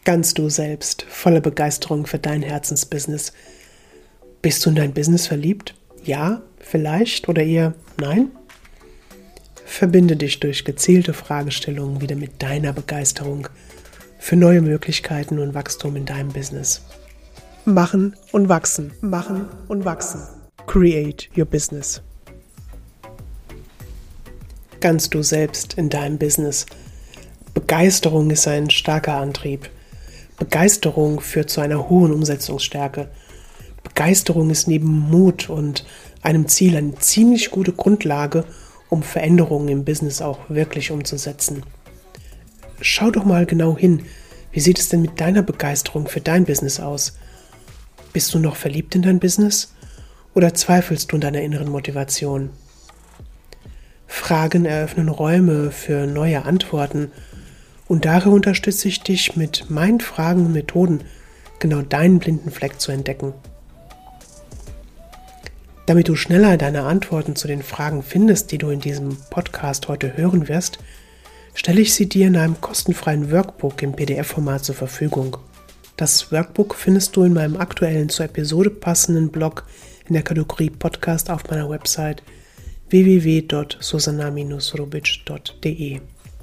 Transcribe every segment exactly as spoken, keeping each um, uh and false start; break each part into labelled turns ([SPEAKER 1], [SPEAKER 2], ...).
[SPEAKER 1] Ganz du selbst, voller Begeisterung für dein Herzensbusiness. Bist du in dein Business verliebt? Ja, vielleicht oder eher nein? Verbinde dich durch gezielte Fragestellungen wieder mit deiner Begeisterung für neue Möglichkeiten und Wachstum in deinem Business. Machen und wachsen, machen und wachsen. Create your business. Ganz du selbst in deinem Business. Begeisterung ist ein starker Antrieb. Begeisterung führt zu einer hohen Umsetzungsstärke. Begeisterung ist neben Mut und einem Ziel eine ziemlich gute Grundlage, um Veränderungen im Business auch wirklich umzusetzen. Schau doch mal genau hin, wie sieht es denn mit deiner Begeisterung für dein Business aus? Bist du noch verliebt in dein Business oder zweifelst du an deiner inneren Motivation? Fragen eröffnen Räume für neue Antworten und darin unterstütze ich dich mit meinen Fragen und Methoden, genau deinen blinden Fleck zu entdecken. Damit du schneller deine Antworten zu den Fragen findest, die du in diesem Podcast heute hören wirst, stelle ich sie dir in einem kostenfreien Workbook im P D F-Format zur Verfügung. Das Workbook findest du in meinem aktuellen zur Episode passenden Blog in der Kategorie Podcast auf meiner Website w w w punkt susanna dash rubic punkt d e.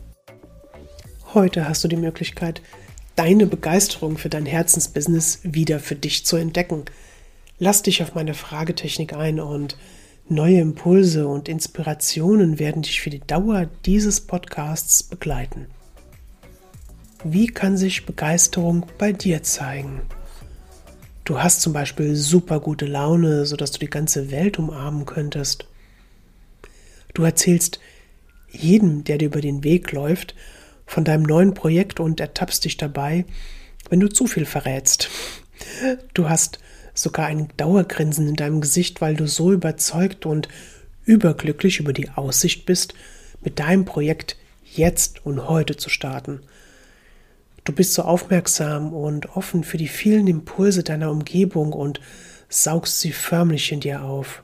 [SPEAKER 1] Heute hast du die Möglichkeit, deine Begeisterung für dein Herzensbusiness wieder für dich zu entdecken. Lass dich auf meine Fragetechnik ein und neue Impulse und Inspirationen werden dich für die Dauer dieses Podcasts begleiten. Wie kann sich Begeisterung bei dir zeigen? Du hast zum Beispiel super gute Laune, sodass du die ganze Welt umarmen könntest. Du erzählst jedem, der dir über den Weg läuft, von deinem neuen Projekt und ertappst dich dabei, wenn du zu viel verrätst. Du hast sogar ein Dauergrinsen in deinem Gesicht, weil du so überzeugt und überglücklich über die Aussicht bist, mit deinem Projekt jetzt und heute zu starten. Du bist so aufmerksam und offen für die vielen Impulse deiner Umgebung und saugst sie förmlich in dir auf.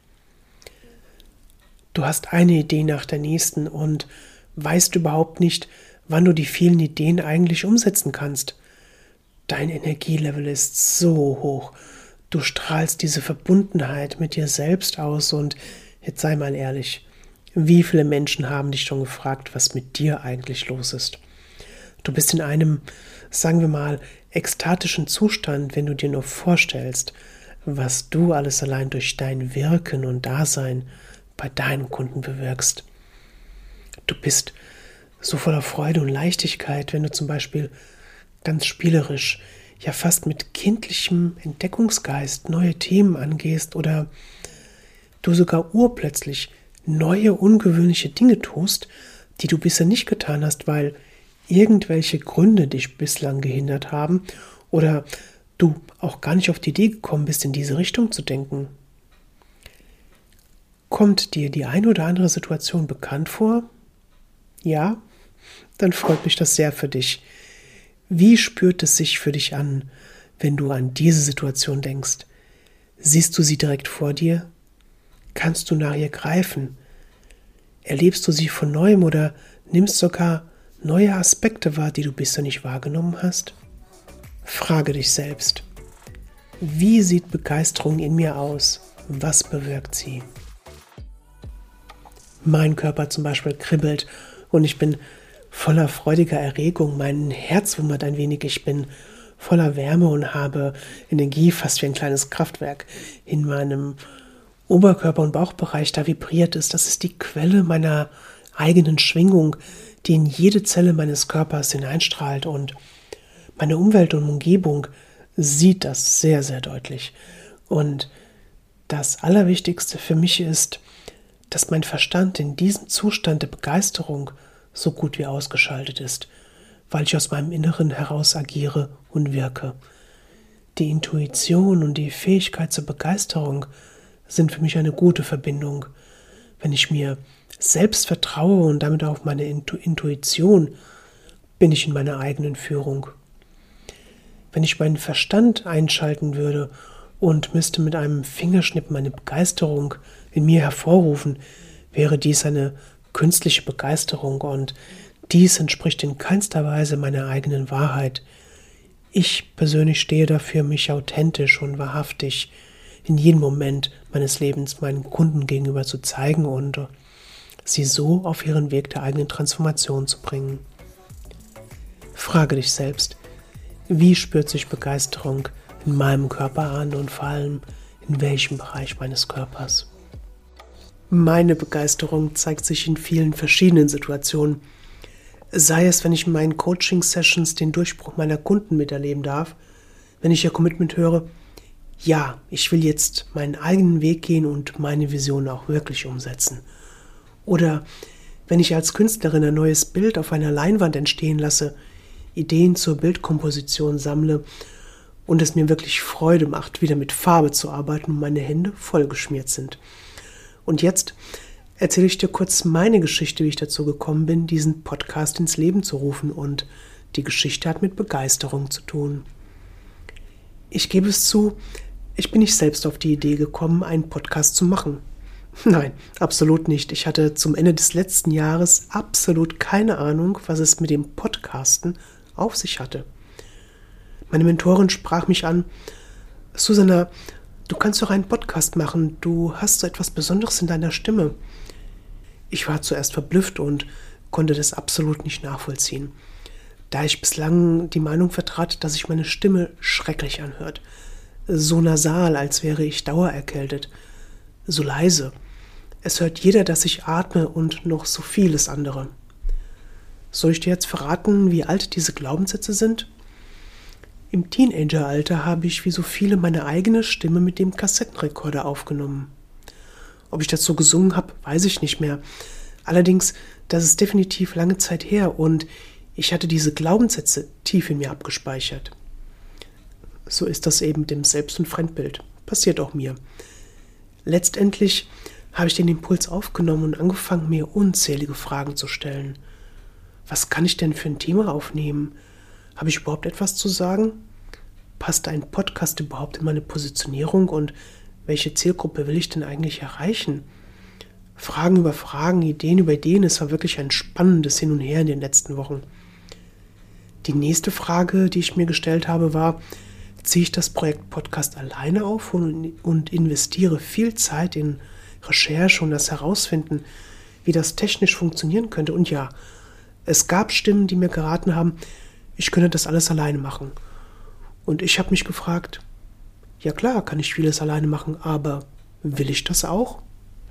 [SPEAKER 1] Du hast eine Idee nach der nächsten und weißt überhaupt nicht, wann du die vielen Ideen eigentlich umsetzen kannst. Dein Energielevel ist so hoch. Du strahlst diese Verbundenheit mit dir selbst aus und jetzt sei mal ehrlich, wie viele Menschen haben dich schon gefragt, was mit dir eigentlich los ist? Du bist in einem, sagen wir mal, ekstatischen Zustand, wenn du dir nur vorstellst, was du alles allein durch dein Wirken und Dasein bei deinen Kunden bewirkst. Du bist so voller Freude und Leichtigkeit, wenn du zum Beispiel ganz spielerisch, ja fast mit kindlichem Entdeckungsgeist neue Themen angehst oder du sogar urplötzlich neue, ungewöhnliche Dinge tust, die du bisher nicht getan hast, weil irgendwelche Gründe dich bislang gehindert haben oder du auch gar nicht auf die Idee gekommen bist, in diese Richtung zu denken. Kommt dir die ein oder andere Situation bekannt vor? Ja? Dann freut mich das sehr für dich. Wie spürt es sich für dich an, wenn du an diese Situation denkst? Siehst du sie direkt vor dir? Kannst du nach ihr greifen? Erlebst du sie von neuem oder nimmst sogar neue Aspekte wahr, die du bisher nicht wahrgenommen hast? Frage dich selbst. Wie sieht Begeisterung in mir aus? Was bewirkt sie? Mein Körper zum Beispiel kribbelt und ich bin voller freudiger Erregung, mein Herz wummert ein wenig, ich bin voller Wärme und habe Energie, fast wie ein kleines Kraftwerk in meinem Oberkörper- und Bauchbereich, da vibriert es. Das ist die Quelle meiner eigenen Schwingung, die in jede Zelle meines Körpers hineinstrahlt und meine Umwelt und Umgebung sieht das sehr, sehr deutlich. Und das Allerwichtigste für mich ist, dass mein Verstand in diesem Zustand der Begeisterung so gut wie ausgeschaltet ist, weil ich aus meinem Inneren heraus agiere und wirke. Die Intuition und die Fähigkeit zur Begeisterung sind für mich eine gute Verbindung. Wenn ich mir selbst vertraue und damit auf meine Intu- Intuition, bin ich in meiner eigenen Führung. Wenn ich meinen Verstand einschalten würde und müsste mit einem Fingerschnipp meine Begeisterung in mir hervorrufen, wäre dies eine künstliche Begeisterung und dies entspricht in keinster Weise meiner eigenen Wahrheit, Ich persönlich stehe dafür, mich authentisch und wahrhaftig in jedem Moment meines Lebens meinen Kunden gegenüber zu zeigen und sie so auf ihren Weg der eigenen Transformation zu bringen. Frage dich selbst, wie spürt sich Begeisterung in meinem Körper an und vor allem in welchem Bereich meines Körpers? Meine Begeisterung zeigt sich in vielen verschiedenen Situationen. Sei es, wenn ich in meinen Coaching-Sessions den Durchbruch meiner Kunden miterleben darf, wenn ich ihr Commitment höre, ja, ich will jetzt meinen eigenen Weg gehen und meine Vision auch wirklich umsetzen. Oder wenn ich als Künstlerin ein neues Bild auf einer Leinwand entstehen lasse, Ideen zur Bildkomposition sammle und es mir wirklich Freude macht, wieder mit Farbe zu arbeiten und meine Hände vollgeschmiert sind. Und jetzt erzähle ich dir kurz meine Geschichte, wie ich dazu gekommen bin, diesen Podcast ins Leben zu rufen, und die Geschichte hat mit Begeisterung zu tun. Ich gebe es zu, ich bin nicht selbst auf die Idee gekommen, einen Podcast zu machen. Nein, absolut nicht. Ich hatte zum Ende des letzten Jahres absolut keine Ahnung, was es mit dem Podcasten auf sich hatte. Meine Mentorin sprach mich an: Susanna, du kannst doch einen Podcast machen, du hast so etwas Besonderes in deiner Stimme. Ich war zuerst verblüfft und konnte das absolut nicht nachvollziehen, da ich bislang die Meinung vertrat, dass sich meine Stimme schrecklich anhört. So nasal, als wäre ich dauererkältet. So leise. Es hört jeder, dass ich atme, und noch so vieles andere. Soll ich dir jetzt verraten, wie alt diese Glaubenssätze sind? Im Teenageralter habe ich wie so viele meine eigene Stimme mit dem Kassettenrekorder aufgenommen. Ob ich dazu gesungen habe, weiß ich nicht mehr. Allerdings, das ist definitiv lange Zeit her und ich hatte diese Glaubenssätze tief in mir abgespeichert. So ist das eben mit dem Selbst- und Fremdbild. Passiert auch mir. Letztendlich habe ich den Impuls aufgenommen und angefangen, mir unzählige Fragen zu stellen. Was kann ich denn für ein Thema aufnehmen? Habe ich überhaupt etwas zu sagen? Passt ein Podcast überhaupt in meine Positionierung und welche Zielgruppe will ich denn eigentlich erreichen? Fragen über Fragen, Ideen über Ideen, es war wirklich ein spannendes Hin und Her in den letzten Wochen. Die nächste Frage, die ich mir gestellt habe, war: Ziehe ich das Projekt Podcast alleine auf und, und investiere viel Zeit in Recherche und das Herausfinden, wie das technisch funktionieren könnte? Und ja, es gab Stimmen, die mir geraten haben, ich könne das alles alleine machen. Und ich habe mich gefragt, ja klar, kann ich vieles alleine machen, aber will ich das auch?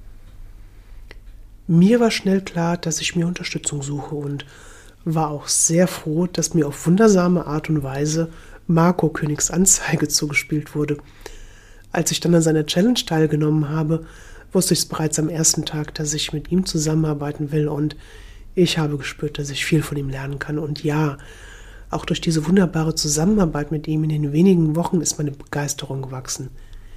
[SPEAKER 1] Mir war schnell klar, dass ich mir Unterstützung suche und war auch sehr froh, dass mir auf wundersame Art und Weise Marco Königs Anzeige zugespielt wurde. Als ich dann an seiner Challenge teilgenommen habe, wusste ich es bereits am ersten Tag, dass ich mit ihm zusammenarbeiten will, und ich habe gespürt, dass ich viel von ihm lernen kann. Und ja, auch durch diese wunderbare Zusammenarbeit mit ihm in den wenigen Wochen ist meine Begeisterung gewachsen.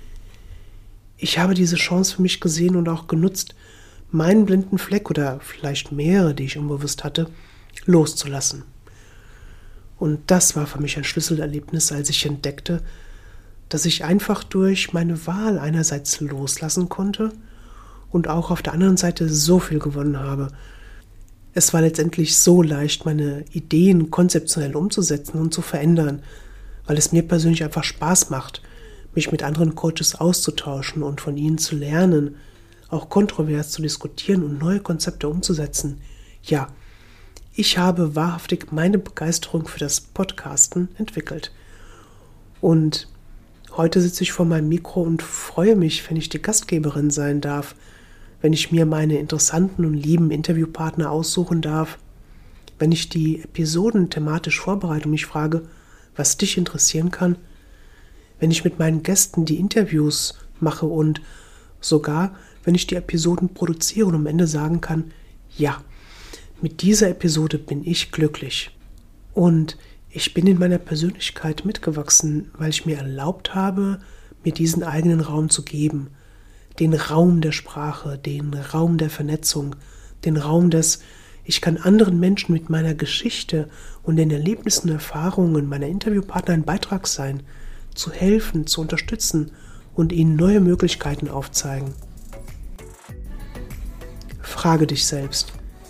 [SPEAKER 1] Ich habe diese Chance für mich gesehen und auch genutzt, meinen blinden Fleck oder vielleicht mehrere, die ich unbewusst hatte, loszulassen. Und das war für mich ein Schlüsselerlebnis, als ich entdeckte, dass ich einfach durch meine Wahl einerseits loslassen konnte und auch auf der anderen Seite so viel gewonnen habe. Es war letztendlich so leicht, meine Ideen konzeptionell umzusetzen und zu verändern, weil es mir persönlich einfach Spaß macht, mich mit anderen Coaches auszutauschen und von ihnen zu lernen, auch kontrovers zu diskutieren und neue Konzepte umzusetzen. Ja, ich habe wahrhaftig meine Begeisterung für das Podcasten entwickelt. Und heute sitze ich vor meinem Mikro und freue mich, wenn ich die Gastgeberin sein darf, wenn ich mir meine interessanten und lieben Interviewpartner aussuchen darf, wenn ich die Episoden thematisch vorbereite und mich frage, was dich interessieren kann, wenn ich mit meinen Gästen die Interviews mache und sogar, wenn ich die Episoden produziere und am Ende sagen kann, ja, mit dieser Episode bin ich glücklich. Und ich bin in meiner Persönlichkeit mitgewachsen, weil ich mir erlaubt habe, mir diesen eigenen Raum zu geben. Den Raum der Sprache, den Raum der Vernetzung, den Raum des, ich kann anderen Menschen mit meiner Geschichte und den Erlebnissen und Erfahrungen meiner Interviewpartner ein Beitrag sein, zu helfen, zu unterstützen und ihnen neue Möglichkeiten aufzeigen. Frage dich selbst,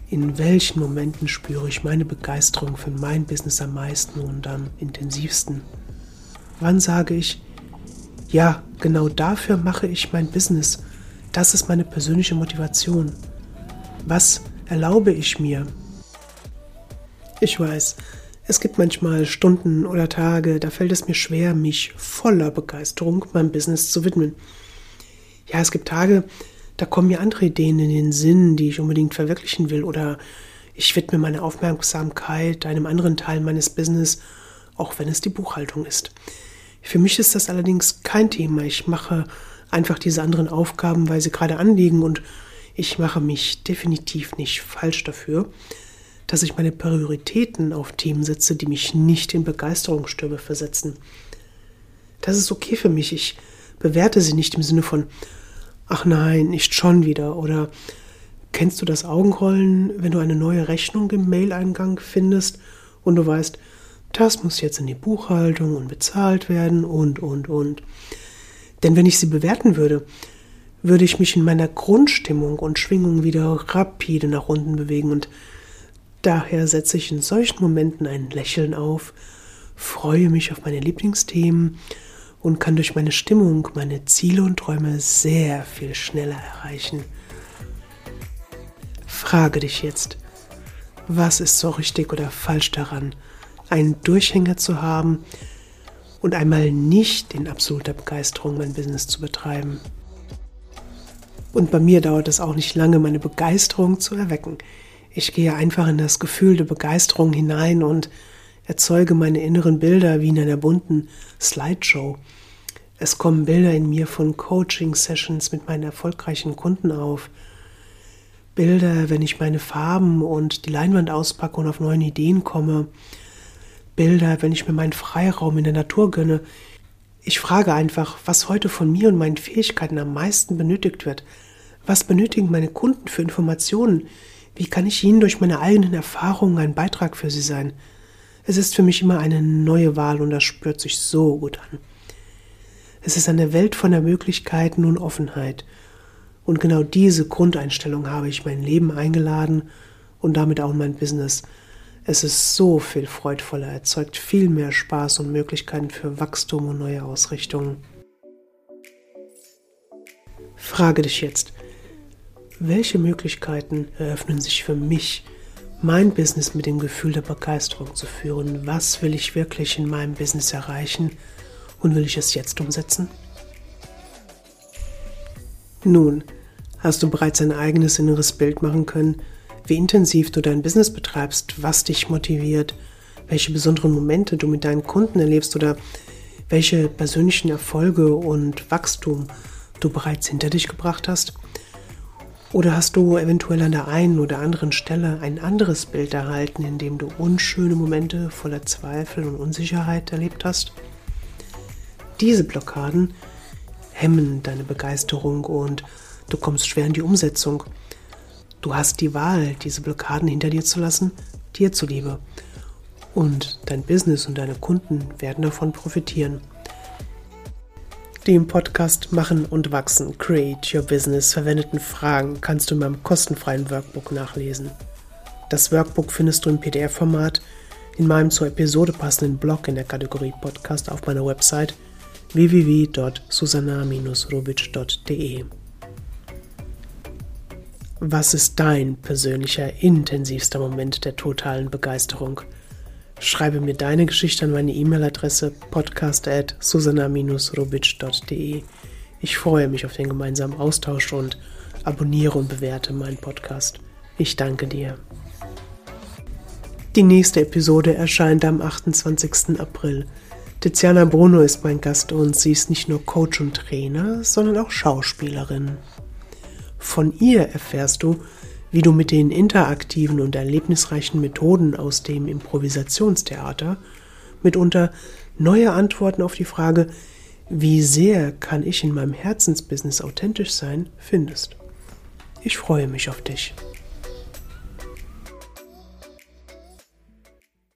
[SPEAKER 1] In welchen Momenten spüre ich meine Begeisterung für mein Business am meisten und am intensivsten? Wann sage ich, ja, genau dafür mache ich mein Business. Das ist meine persönliche Motivation. Was erlaube ich mir? Ich weiß, es gibt manchmal Stunden oder Tage, da fällt es mir schwer, mich voller Begeisterung meinem Business zu widmen. Ja, es gibt Tage, da kommen mir andere Ideen in den Sinn, die ich unbedingt verwirklichen will, oder ich widme meine Aufmerksamkeit einem anderen Teil meines Business, auch wenn es die Buchhaltung ist. Für mich ist das allerdings kein Thema. Ich mache einfach diese anderen Aufgaben, weil sie gerade anliegen, und ich mache mich definitiv nicht falsch dafür, dass ich meine Prioritäten auf Themen setze, die mich nicht in Begeisterungsstürme versetzen. Das ist okay für mich. Ich bewerte sie nicht im Sinne von, ach nein, nicht schon wieder. Oder kennst du das Augenrollen, wenn du eine neue Rechnung im Mail-Eingang findest und du weißt, das muss jetzt in die Buchhaltung und bezahlt werden und, und, und. Denn wenn ich sie bewerten würde, würde ich mich in meiner Grundstimmung und Schwingung wieder rapide nach unten bewegen, und daher setze ich in solchen Momenten ein Lächeln auf, freue mich auf meine Lieblingsthemen und kann durch meine Stimmung meine Ziele und Träume sehr viel schneller erreichen. Frage dich jetzt, was ist so richtig oder falsch daran, einen Durchhänger zu haben und einmal nicht in absoluter Begeisterung mein Business zu betreiben? Und bei mir dauert es auch nicht lange, meine Begeisterung zu erwecken. Ich gehe einfach in das Gefühl der Begeisterung hinein und erzeuge meine inneren Bilder wie in einer bunten Slideshow. Es kommen Bilder in mir von Coaching-Sessions mit meinen erfolgreichen Kunden auf. Bilder, wenn ich meine Farben und die Leinwand auspacke und auf neue Ideen komme. Bilder, wenn ich mir meinen Freiraum in der Natur gönne. Ich frage einfach, was heute von mir und meinen Fähigkeiten am meisten benötigt wird. Was benötigen meine Kunden für Informationen? Wie kann ich ihnen durch meine eigenen Erfahrungen ein Beitrag für sie sein? Es ist für mich immer eine neue Wahl, und das spürt sich so gut an. Es ist eine Welt voller Möglichkeiten und Offenheit. Und genau diese Grundeinstellung habe ich mein Leben eingeladen und damit auch in mein Business. Es ist so viel freudvoller, erzeugt viel mehr Spaß und Möglichkeiten für Wachstum und neue Ausrichtungen. Frage dich jetzt, welche Möglichkeiten eröffnen sich für mich, mein Business mit dem Gefühl der Begeisterung zu führen? Was will ich wirklich in meinem Business erreichen und will ich es jetzt umsetzen? Nun, hast du bereits ein eigenes inneres Bild machen können, wie intensiv du dein Business betreibst, was dich motiviert, welche besonderen Momente du mit deinen Kunden erlebst oder welche persönlichen Erfolge und Wachstum du bereits hinter dich gebracht hast? Oder hast du eventuell an der einen oder anderen Stelle ein anderes Bild erhalten, in dem du unschöne Momente voller Zweifel und Unsicherheit erlebt hast? Diese Blockaden hemmen deine Begeisterung und du kommst schwer in die Umsetzung. Du hast die Wahl, diese Blockaden hinter dir zu lassen, dir zuliebe. Und dein Business und deine Kunden werden davon profitieren. Die im Podcast Machen und Wachsen, Create Your Business verwendeten Fragen kannst du in meinem kostenfreien Workbook nachlesen. Das Workbook findest du im P D F-Format in meinem zur Episode passenden Blog in der Kategorie Podcast auf meiner Website w w w punkt susanna Bindestrich robic punkt de. Was ist dein persönlicher, intensivster Moment der totalen Begeisterung? Schreibe mir deine Geschichte an meine E-Mail-Adresse podcast at susanna Bindestrich robic punkt de. Ich freue mich auf den gemeinsamen Austausch und abonniere und bewerte meinen Podcast. Ich danke dir. Die nächste Episode erscheint am achtundzwanzigsten April. Tiziana Bruno ist mein Gast und sie ist nicht nur Coach und Trainer, sondern auch Schauspielerin. Von ihr erfährst du, wie du mit den interaktiven und erlebnisreichen Methoden aus dem Improvisationstheater mitunter neue Antworten auf die Frage, wie sehr kann ich in meinem Herzensbusiness authentisch sein, findest. Ich freue mich auf dich.